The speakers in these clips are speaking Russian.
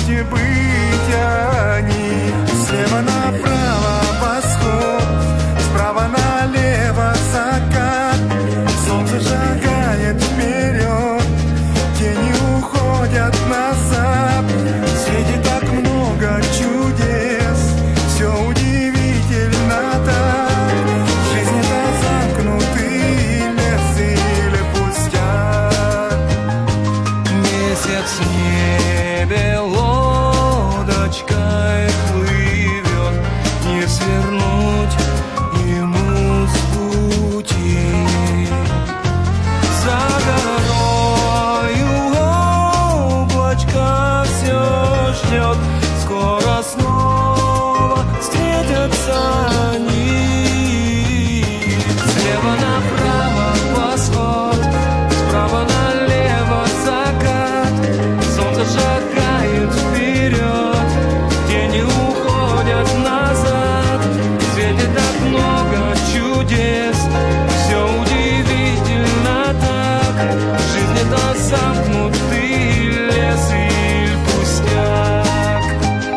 вместе быть они. Слева направо восход, справа налево закат. Солнце шагает вперед, тени уходят назад. В свете так много чудес, все удивительно так. Жизнь это замкнутый лес или пустяк. Месяц в небе лодочкой плывет, не свернуть ему с пути. За горою облачко все ждет, скоро снова встретятся они. Слева направо восход, справа налево закат. Солнце шагает вперед, тени уходят назад. В свете так много чудес, все удивительно так. Жизнь это замкнутый лес или пустяк.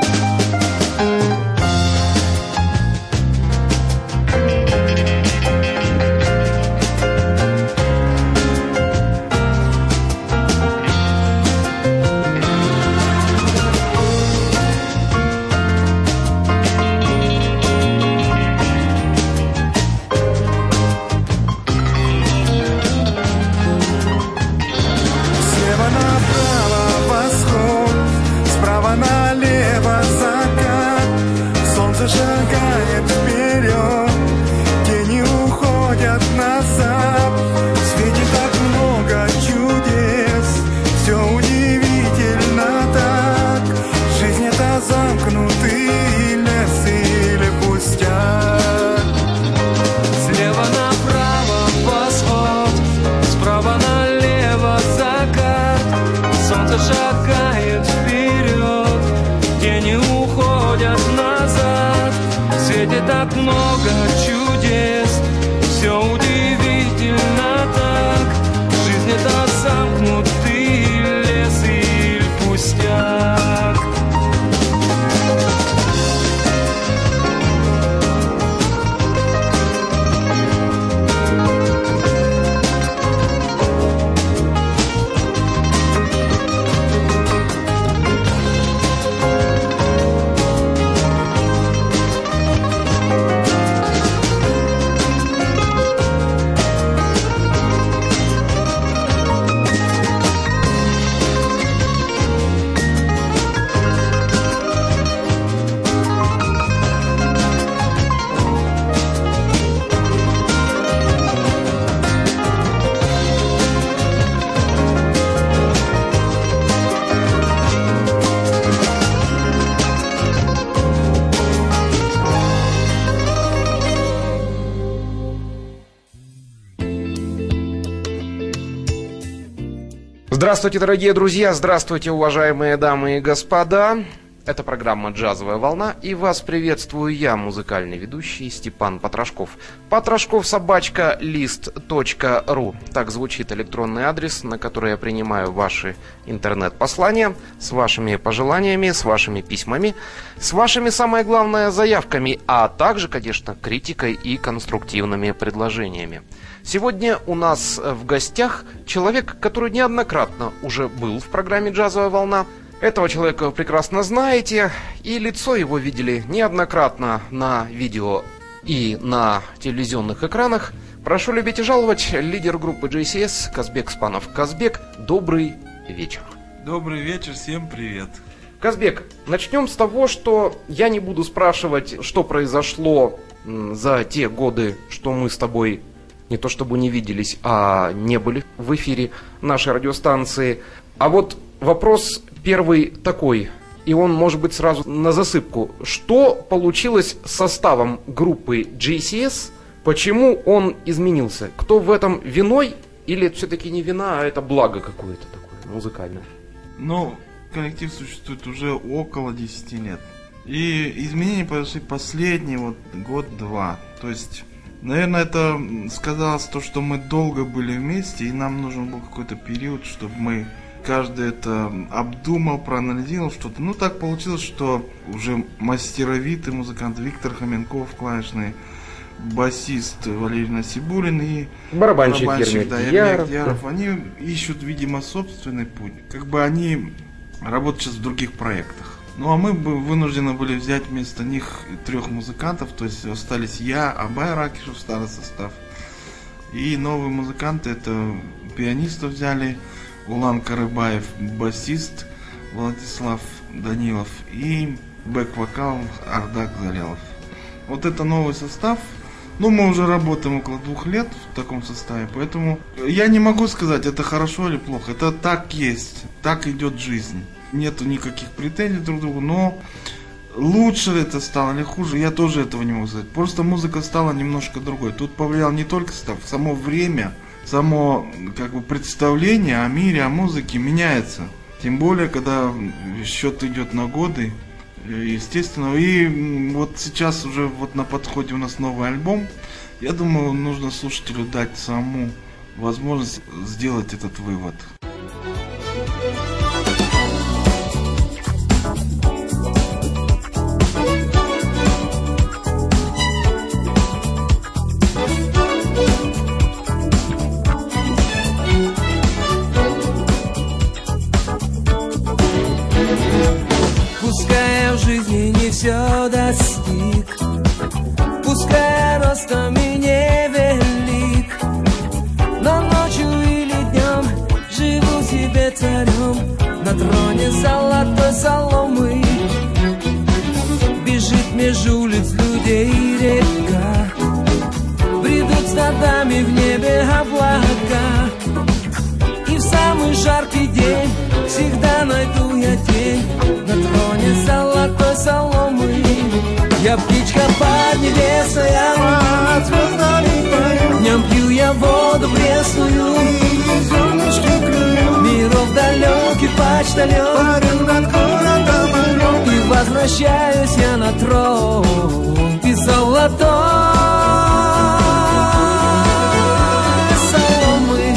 Слева направо восход, справа налево закат. Солнце шагает вперед, тени уходят назад. В свете так много чудес, все удивительно так. Жизнь это замкнутый лес или пустяк. Слева направо восход, справа налево закат. Солнце шагает вперед, тени уходят назад. В свете так много чудес, все удивительно так. Жизнь это замкнутый лес или пустяк. Здравствуйте, дорогие друзья, здравствуйте, уважаемые дамы и господа. Это программа «Джазовая волна», и вас приветствую я, музыкальный ведущий Степан Потрошков. Потрошков@list.ru. Так звучит электронный адрес, на который я принимаю ваши интернет-послания с вашими пожеланиями, с вашими письмами, с вашими, самое главное, заявками, а также, конечно, критикой и конструктивными предложениями. Сегодня у нас в гостях человек, который неоднократно уже был в программе «Джазовая волна». Этого человека вы прекрасно знаете, и лицо его видели неоднократно на видео и на телевизионных экранах. Прошу любить и жаловать, лидер группы JCS Казбек Спанов. Казбек, добрый вечер. Добрый вечер, всем привет. Казбек, начнем с того, что я не буду спрашивать, что произошло за те годы, что мы с тобой не то чтобы не виделись, а не были в эфире нашей радиостанции. А вот вопрос первый такой, и он может быть сразу на засыпку. Что получилось с составом группы JCS? Почему он изменился? Кто в этом виной? Или это все-таки не вина, а это благо какое-то такое музыкальное? Ну, коллектив существует уже около 10 лет. И изменения произошли последний год-два. То есть, наверное, это сказалось то, что мы долго были вместе, и нам нужен был какой-то период, чтобы мы каждый это обдумал, проанализировал что-то. Ну, так получилось, что уже мастеровитый музыкант Виктор Хоменков, клавишный, басист Валерий Насибуллин и барабанщик Ермек Яров, они ищут, видимо, собственный путь. Как бы они работают сейчас в других проектах. Ну, а мы бы вынуждены были взять вместо них 3 музыкантов, то есть остались я, Абай Ракишев, старый состав, и новые музыканты, это пианистов взяли, Улан Карыбаев, басист, Владислав Данилов и бэк-вокал Ардак Залялов. Вот это новый состав. Ну, мы уже работаем около 2 лет в таком составе, поэтому я не могу сказать, это хорошо или плохо. Это так есть, так идет жизнь. Нету никаких претензий друг к другу, но лучше это стало или хуже, я тоже этого не могу сказать. Просто музыка стала немножко другой. Тут повлиял не только состав, само время, само как бы представление о мире, о музыке меняется. Тем более, когда счет идет на годы. Естественно, и вот сейчас уже вот на подходе у нас новый альбом. Я думаю, нужно слушателю дать самому возможность сделать этот вывод. Все достиг, пускай ростом и невелик, но ночью или днем живу себе царем на троне золотой соломы. Бежит меж улиц людей река, бредут стадами в небе облака, и в самый жаркий день всегда найду я тень на троне золотой соломы. Я птичка поднебесная, Под звездами пою, днем пью я воду пресную, и зернышки клюю, миров далекий почтальон, парю над городом орём. и возвращаюсь я на трон и золотой соломы.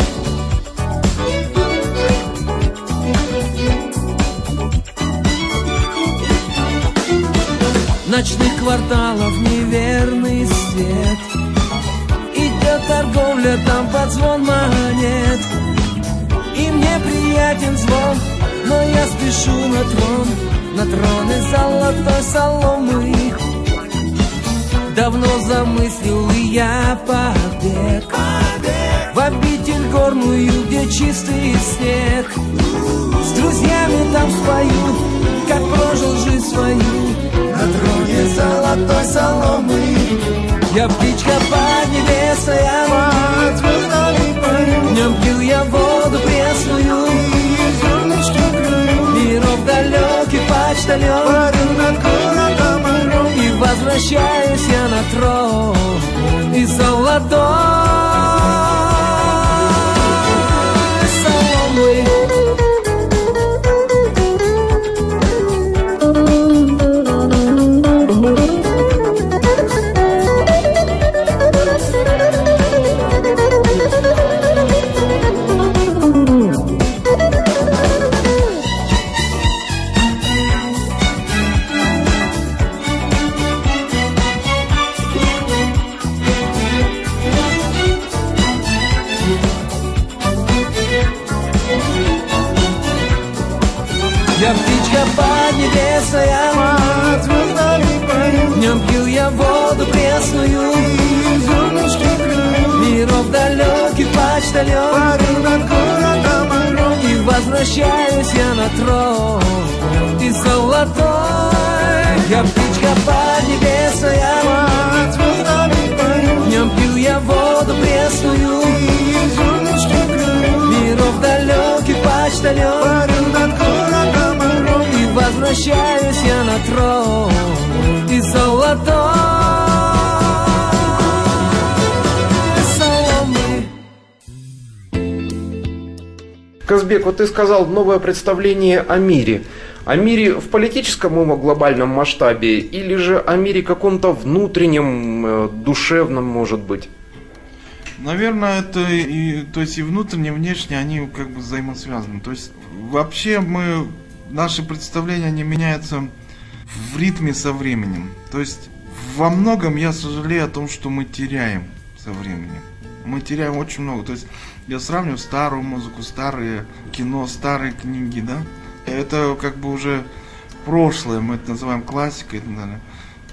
Ночных кварталов неверный свет, идет торговля там под звон монет, и мне приятен звон, но я спешу на трон из золотой соломы. Давно замыслил и я побег в обитель горную, где чистый снег. С друзьями там спою, как прожил жизнь свою на троне золотой соломы. Я птичка поднебесная, Под звездами пою, днем пью я воду пресную, и зернышки клюю, миров далекий почтальон, парю над городом орём. и возвращаюсь я на трон и золотой соломы. Я птичка поднебесная, Под звездами пою, днем пью я воду пресную, и зернышки клюю, миров далекий почтальон, парю над городом орём. и возвращаюсь я на трон и золотой. Я птичка поднебесная, Под звездами пою, днем пью я воду пресную, и зернышки клюю, миров далекий почтальон, парю над городом орём. и возвращаюсь я на трон и золотой соломы. Казбек, вот ты сказал новое представление о мире. О мире в политическом и глобальном масштабе, или же о мире каком-то внутреннем, душевном, может быть? Наверное, это то есть и внутренне, и внешне они как бы взаимосвязаны. То есть вообще наши представления, они меняются в ритме со временем. То есть во многом я сожалею о том, что мы теряем со временем. Мы теряем очень много. То есть я сравниваю старую музыку, старые кино, старые книги, да. Это как бы уже прошлое, мы это называем классикой и так далее.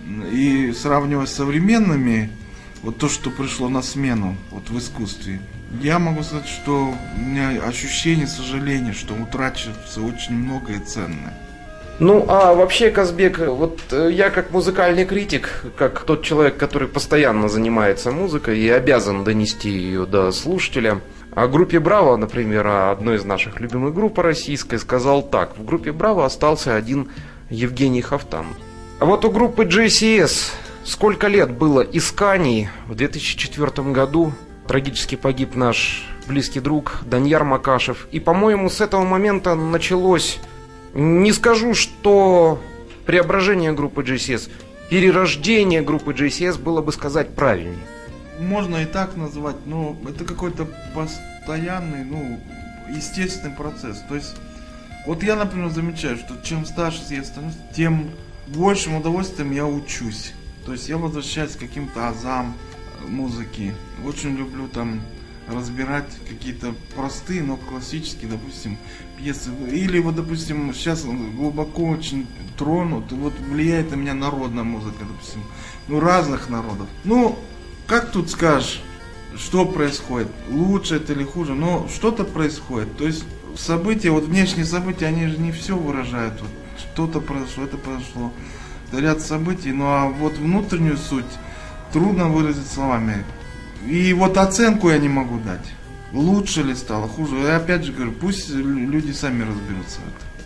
И сравнивая с современными, вот то, что пришло на смену вот в искусстве, я могу сказать, что у меня ощущение сожаления, что утрачивается очень многое ценное. Ну, а вообще, Казбек, вот я как музыкальный критик, как тот человек, который постоянно занимается музыкой и обязан донести ее до слушателя, о группе «Браво», например, одной из наших любимых групп российской, сказал так: в группе «Браво» остался один Евгений Хафтан. А вот у группы JCS сколько лет было исканий. В 2004 году трагически погиб наш близкий друг Даньяр Макашев. И, по-моему, с этого момента началось, не скажу, что преображение группы JCS, перерождение группы JCS было бы сказать правильнее. Можно и так назвать, но это какой-то постоянный, естественный процесс. То есть, вот я, например, замечаю, что чем старше я становлюсь, тем большим удовольствием я учусь. То есть я возвращаюсь к каким-то азам музыки. Очень люблю там разбирать какие-то простые, но классические, допустим, пьесы. Или вот, допустим, сейчас глубоко очень тронут, вот влияет на меня народная музыка, допустим, разных народов. Как тут скажешь, что происходит, лучше это или хуже, но что-то происходит. То есть события, вот внешние события, они же не все выражают. Вот что-то произошло, это произошло. Это ряд событий, а вот внутреннюю суть трудно выразить словами. И вот оценку я не могу дать. Лучше ли стало, хуже. Я опять же говорю, пусть люди сами разберутся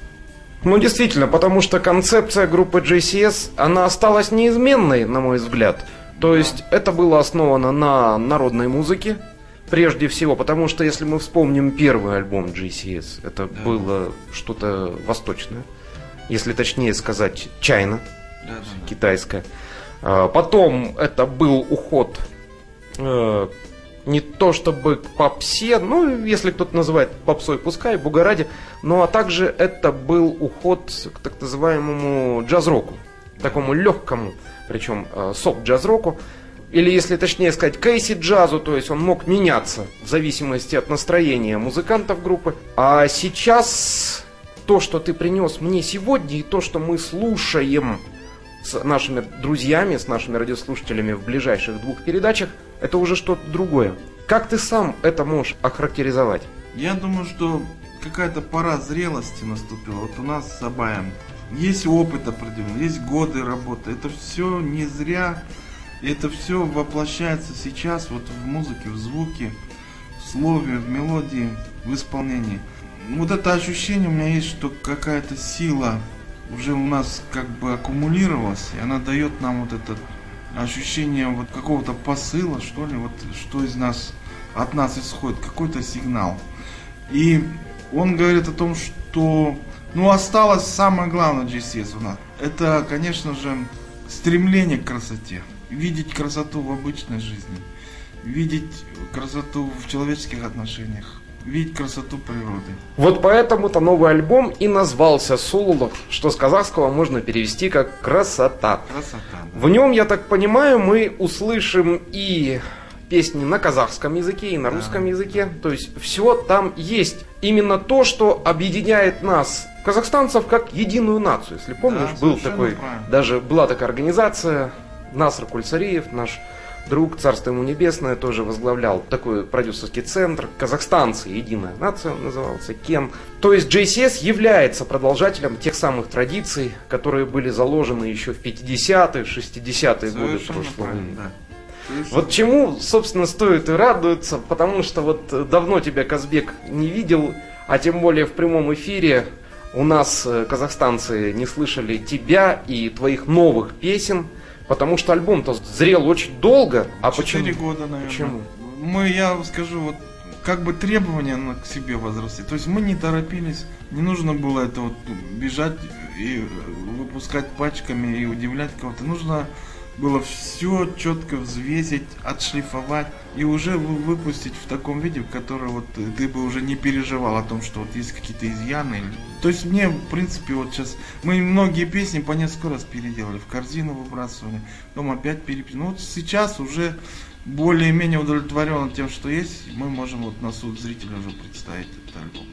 в этом. Действительно, потому что концепция группы JCS, она осталась неизменной, на мой взгляд. То есть это было основано на народной музыке, прежде всего, потому что если мы вспомним первый альбом JCS, это было что-то восточное, если точнее сказать, Чайна, китайская. Потом это был уход не то чтобы к попсе, если кто-то называет попсой, пускай, бога ради, а также это был уход к так называемому джаз-року, такому легкому, причем софт-джаз-року, или, если точнее сказать, кейси-джазу, то есть он мог меняться в зависимости от настроения музыкантов группы. А сейчас то, что ты принес мне сегодня, и то, что мы слушаем с нашими друзьями, с нашими радиослушателями в ближайших 2 передачах, это уже что-то другое. Как ты сам это можешь охарактеризовать? Я думаю, что какая-то пора зрелости наступила. Вот у нас с Абаем есть опыт определенный, есть годы работы. Это все не зря, это все воплощается сейчас вот в музыке, в звуке, в слове, в мелодии, в исполнении. Вот это ощущение у меня есть, что какая-то сила уже у нас как бы аккумулировалась, и она дает нам вот это ощущение вот какого-то посыла, что ли, вот что из нас, от нас исходит, какой-то сигнал. И он говорит о том, что осталось самое главное JCS у нас. Это, конечно же, стремление к красоте. Видеть красоту в обычной жизни. Видеть красоту в человеческих отношениях. Видеть красоту природы. Вот поэтому-то новый альбом и назвался «Сулулов», что с казахского можно перевести как «красота». Красота, да. В нем, я так понимаю, мы услышим и песни на казахском языке, и на русском языке. То есть все там есть. Именно то, что объединяет нас, казахстанцев, как единую нацию. Если помнишь, была такая организация, Наср Кульсариев, наш друг, царство ему небесное, тоже возглавлял такой продюсерский центр. Казахстанцы, единая нация, он назывался, КЕН. То есть JCS является продолжателем тех самых традиций, которые были заложены еще в 50-е, 60-е годы прошлого века. Вот чему, собственно, стоит и радоваться, потому что вот давно тебя, Казбек, не видел, а тем более в прямом эфире у нас казахстанцы не слышали тебя и твоих новых песен. Потому что альбом-то зрел очень долго. А 4 года, наверное. Почему? Я скажу, вот как бы требования к себе возросли. То есть мы не торопились, не нужно было это вот бежать и выпускать пачками и удивлять кого-то. Нужно было все четко взвесить, отшлифовать и уже выпустить в таком виде, в котором вот ты бы уже не переживал о том, что вот есть какие-то изъяны. То есть мне, в принципе, вот сейчас мы многие песни по несколько раз переделали, в корзину выбрасывали, потом опять переписали. Ну вот сейчас уже более-менее удовлетворен тем, что есть, мы можем вот на суд зрителя уже представить этот альбом.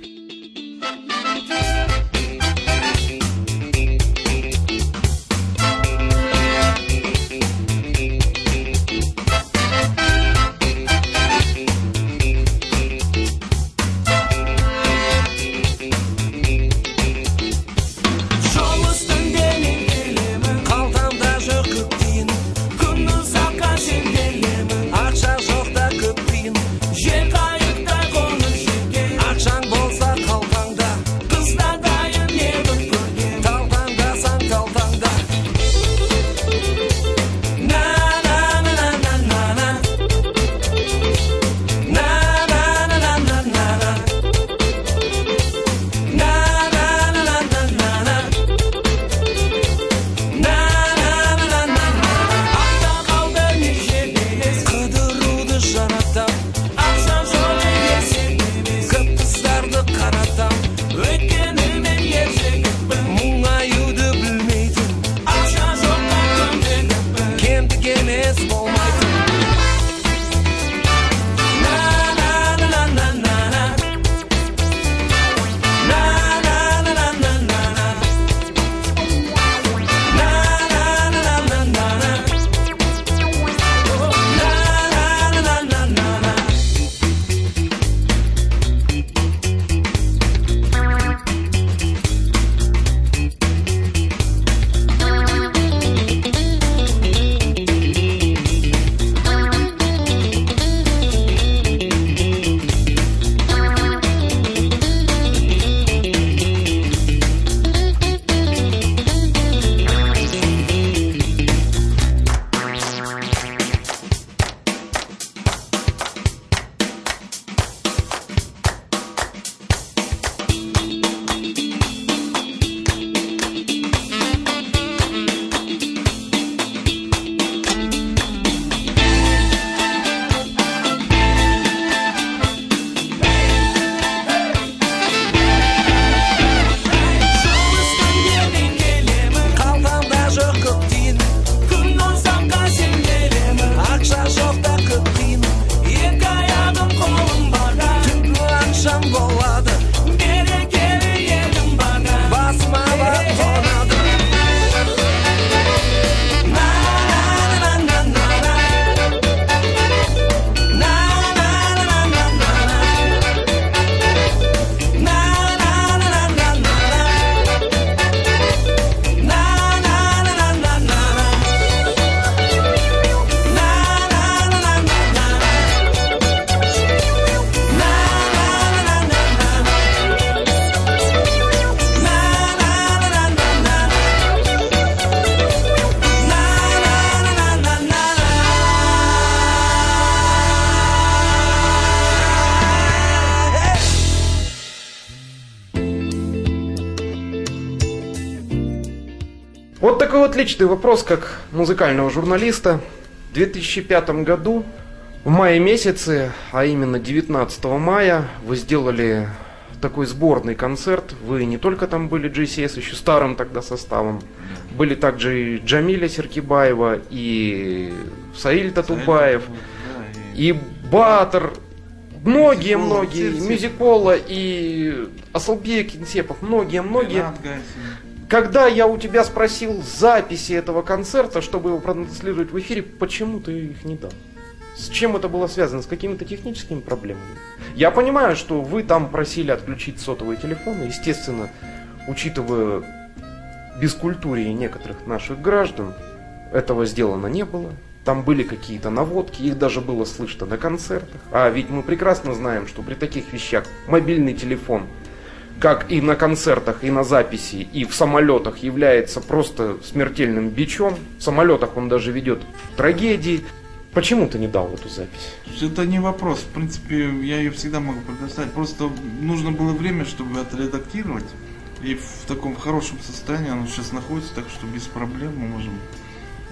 Вот такой вот личный вопрос, как музыкального журналиста. В 2005 году, в мае месяце, а именно 19 мая, вы сделали такой сборный концерт. Вы не только там были GCS, еще старым тогда составом. Были также и Джамиля Серкибаева, и Саиль Татубаев, и Батор, многие, Мюзикола, и Асылбек Инсепов, многие. Когда я у тебя спросил записи этого концерта, чтобы его транслировать в эфире, почему ты их не дал? С чем это было связано? С какими-то техническими проблемами? Я понимаю, что вы там просили отключить сотовые телефоны. Естественно, учитывая бескультурие некоторых наших граждан, этого сделано не было. Там были какие-то наводки, их даже было слышно на концертах. А ведь мы прекрасно знаем, что при таких вещах мобильный телефон, как и на концертах, и на записи, и в самолетах, является просто смертельным бичом. В самолетах он даже ведет к трагедии. Почему ты не дал эту запись? Это не вопрос. В принципе, я ее всегда могу предоставить. Просто нужно было время, чтобы отредактировать. И в таком хорошем состоянии оно сейчас находится, так что без проблем мы можем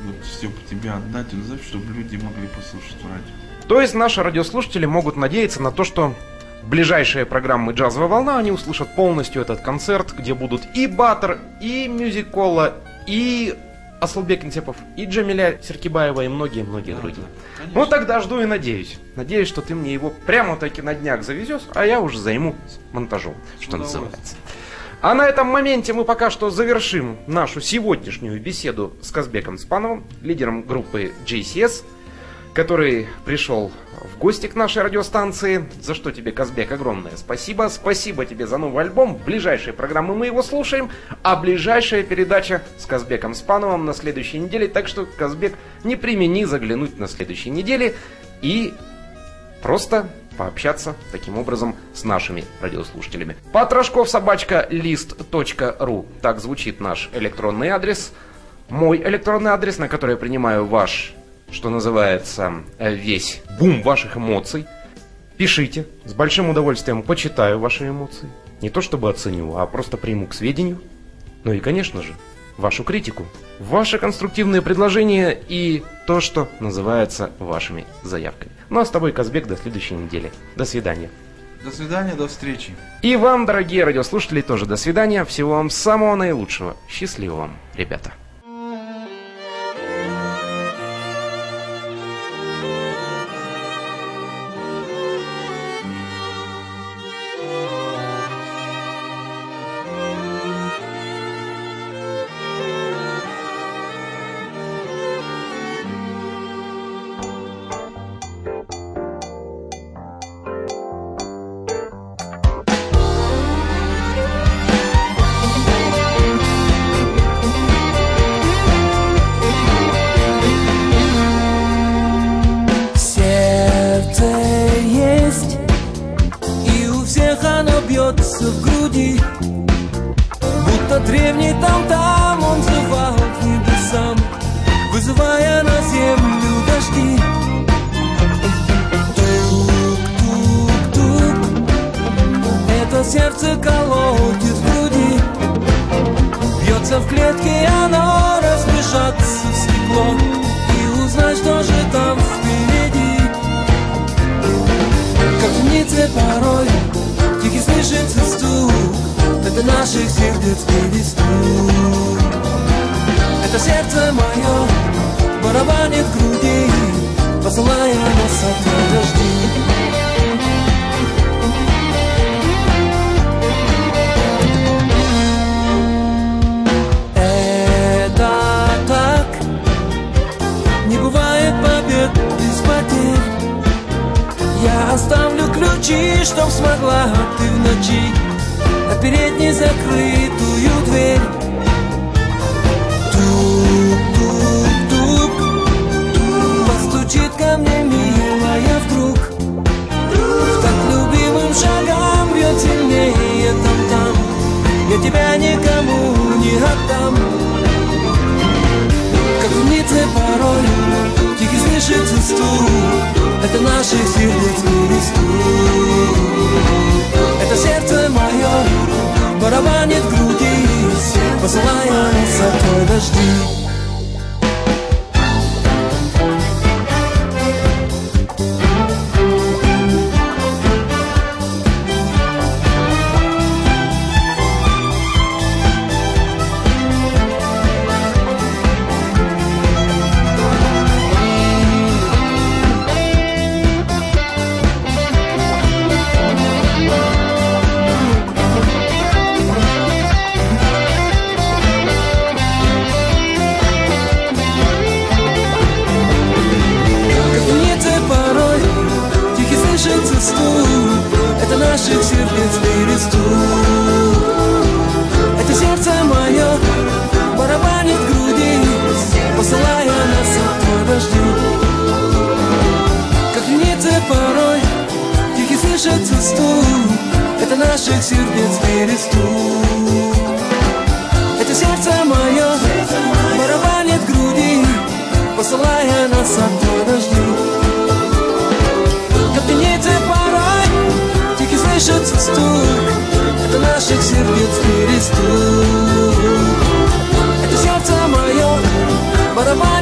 вот все по тебе отдать, чтобы люди могли послушать в радио. То есть наши радиослушатели могут надеяться на то, что в ближайшие программы «Джазовая волна» они услышат полностью этот концерт, где будут и Баттер, и Мюзик-Колла, и Асылбек Инсепов, и Джамиля Серкибаева, и многие-многие другие. Конечно. Ну тогда жду и надеюсь. Надеюсь, что ты мне его прямо-таки на днях завезешь, а я уже займу монтажом, что называется. А на этом моменте мы пока что завершим нашу сегодняшнюю беседу с Казбеком Спановым, лидером группы JCS, который пришел в гости к нашей радиостанции. За что тебе, Казбек, огромное спасибо. Спасибо тебе за новый альбом. В ближайшие программы мы его слушаем, а ближайшая передача с Казбеком Спановым на следующей неделе. Так что, Казбек, не премини заглянуть на следующей неделе и просто пообщаться таким образом с нашими радиослушателями. Потрошков@list.ru. Так звучит наш электронный адрес. Мой электронный адрес, на который я принимаю ваш, что называется, весь бум ваших эмоций. Пишите, с большим удовольствием почитаю ваши эмоции. Не то чтобы оценю, а просто приму к сведению. Ну и, конечно же, вашу критику, ваши конструктивные предложения и то, что называется вашими заявками. Ну а с тобой, Казбек, до следующей недели. До свидания. До свидания, до встречи. И вам, дорогие радиослушатели, тоже до свидания. Всего вам самого наилучшего. Счастливо вам, ребята. В груди, будто древний там он взывал к небесам, вызывая на землю дожди. Тук-тук-тук, это сердце колотит в груди, бьется в клетке, и оно разбежаться в стекло и узнать, что же там впереди. Как в Ницце порой тихий слышится стук, это наших сердец перестук. Это сердце мое барабанит в груди, посылая нас от дожди. Это так, не бывает побед без потерь. Я оставлю ключи, чтоб смогла ты в ночи отпереть незакрытую дверь. Тук-тук-тук, постучит ко мне милая вдруг. Так любимым шагам бьет сильнее там-там. Я тебя никому не отдам. Как в Ницце порой тихий слышится стук, это наших сердец перестук. Это сердце мое барабанит в груди, посылая нас от дожди. Это наших сердец перестук. Это сердце мое барабанит в груди, посылая нас от дожди. Как в Ницце порой тихий слышится стук, это наших сердец перестук. Это сердце мое барабанит в груди, посылая нас от дожди. Как в Ницце порой тихий слышится стук, это наших сердец перестук. Это сердце мое барабанит